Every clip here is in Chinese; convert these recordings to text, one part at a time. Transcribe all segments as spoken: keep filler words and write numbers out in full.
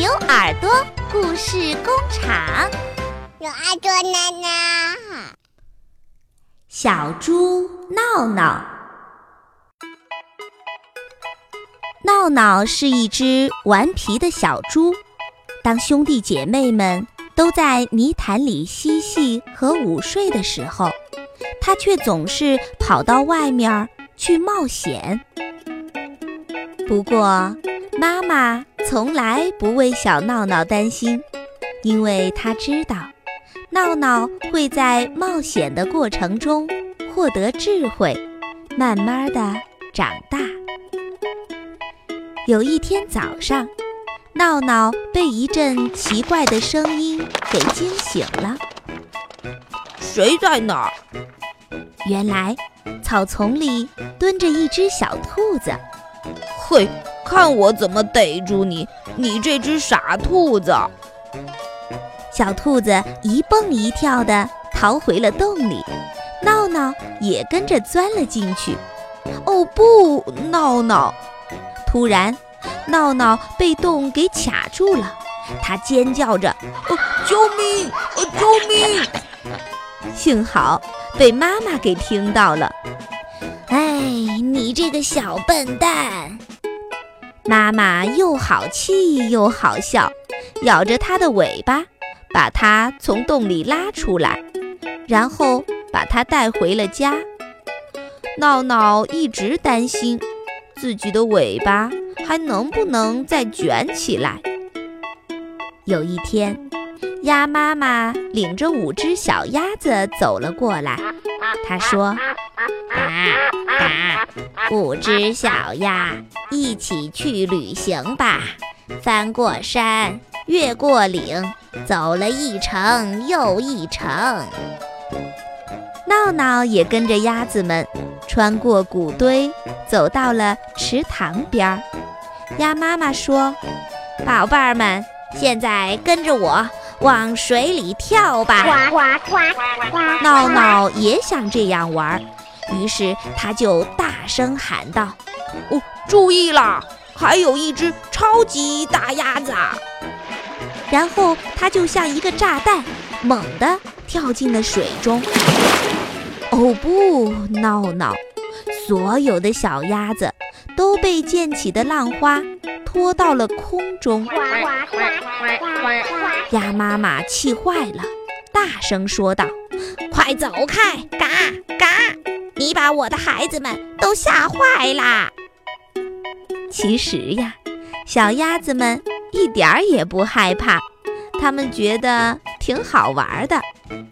牛耳朵故事工厂， 牛耳朵奶奶。 小猪闹闹。闹闹是一只顽皮的小猪，当兄弟姐妹们都在泥潭里嬉戏和午睡的时候，它却总是跑到外面去冒险。不过妈妈从来不为小闹闹担心，因为她知道闹闹会在冒险的过程中获得智慧，慢慢的长大。有一天早上，闹闹被一阵奇怪的声音给惊醒了。 谁在那儿？ 原来草丛里蹲着一只小兔子。 嘿，看我怎么逮住你，你这只傻兔子！ 小兔子一蹦一跳地逃回了洞里，闹闹也跟着钻了进去。 哦不，闹闹！ 突然，闹闹被洞给卡住了，他尖叫着：“ 哦，救命！哦，救命！” 幸好被妈妈给听到了。哎，你这个小笨蛋！妈妈又好气又好笑，咬着它的尾巴，把它从洞里拉出来，然后把它带回了家。闹闹一直担心自己的尾巴还能不能再卷起来。有一天，鸭妈妈领着五只小鸭子走了过来，她说：“嘎嘎，五只小鸭一起去旅行吧，翻过山，越过岭，走了一程又一程。”闹闹也跟着鸭子们穿过谷堆，走到了池塘边。鸭妈妈说：“宝贝儿们，现在跟着我往水里跳吧！”闹闹也想这样玩，于是他就大声喊道：“ 哦，注意啦，还有一只超级大鸭子！” 然后他就像一个炸弹，猛地跳进了水中。哦不，闹闹！所有的小鸭子都被溅起的浪花拖到了空中。鸭妈妈气坏了，大声说道：“快走开！嘎嘎！你把我的孩子们都吓坏啦！”其实呀，小鸭子们一点儿也不害怕，他们觉得挺好玩的。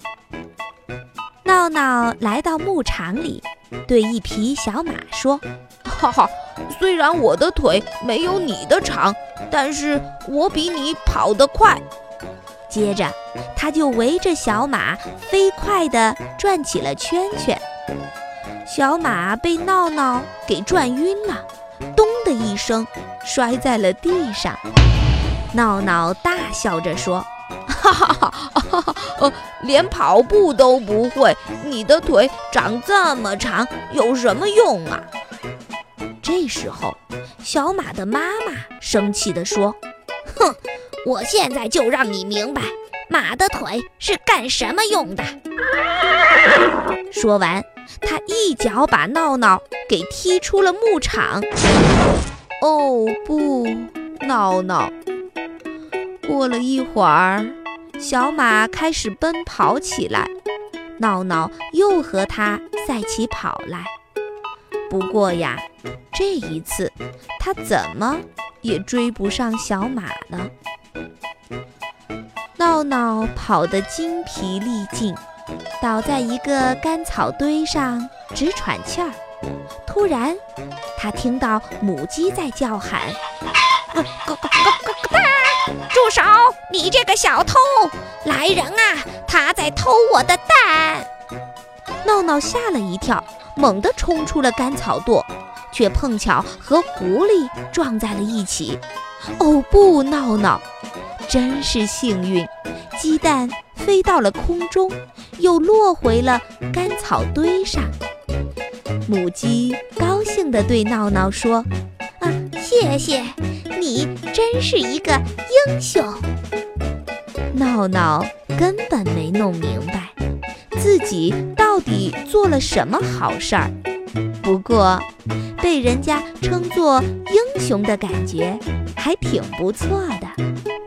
闹闹来到牧场里，对一匹小马说：“ 哈哈，虽然我的腿没有你的长，但是我比你跑得快。” 接着，他就围着小马飞快地转起了圈圈。小马被闹闹给转晕了，咚的一声摔在了地上。闹闹大笑着说：“ 哈哈哈哈哈！呃，连跑步都不会，你的腿长这么长，有什么用啊？” 这时候，小马的妈妈生气地说：“哼，我现在就让你明白，马的腿是干什么用的。”说完，他一脚把闹闹给踢出了牧场。 哦不，闹闹！ 过了一会儿，小马开始奔跑起来，闹闹又和他赛起跑来。不过呀，这一次他怎么也追不上小马了。闹闹跑得精疲力尽，倒在一个干草堆上直喘气儿。突然，他听到母鸡在叫喊：“咯咯咯咯咯哒！住手！你这个小偷！来人啊！他在偷我的蛋！”闹闹吓了一跳，猛地冲出了干草垛，却碰巧和狐狸撞在了一起。哦不，闹闹！真是幸运，鸡蛋飞到了空中，又落回了干草堆上。母鸡高兴地对闹闹说：“啊，谢谢， 你真是一个英雄。闹闹根本没弄明白自己到底做了什么好事儿，不过被人家称作英雄的感觉还挺不错的。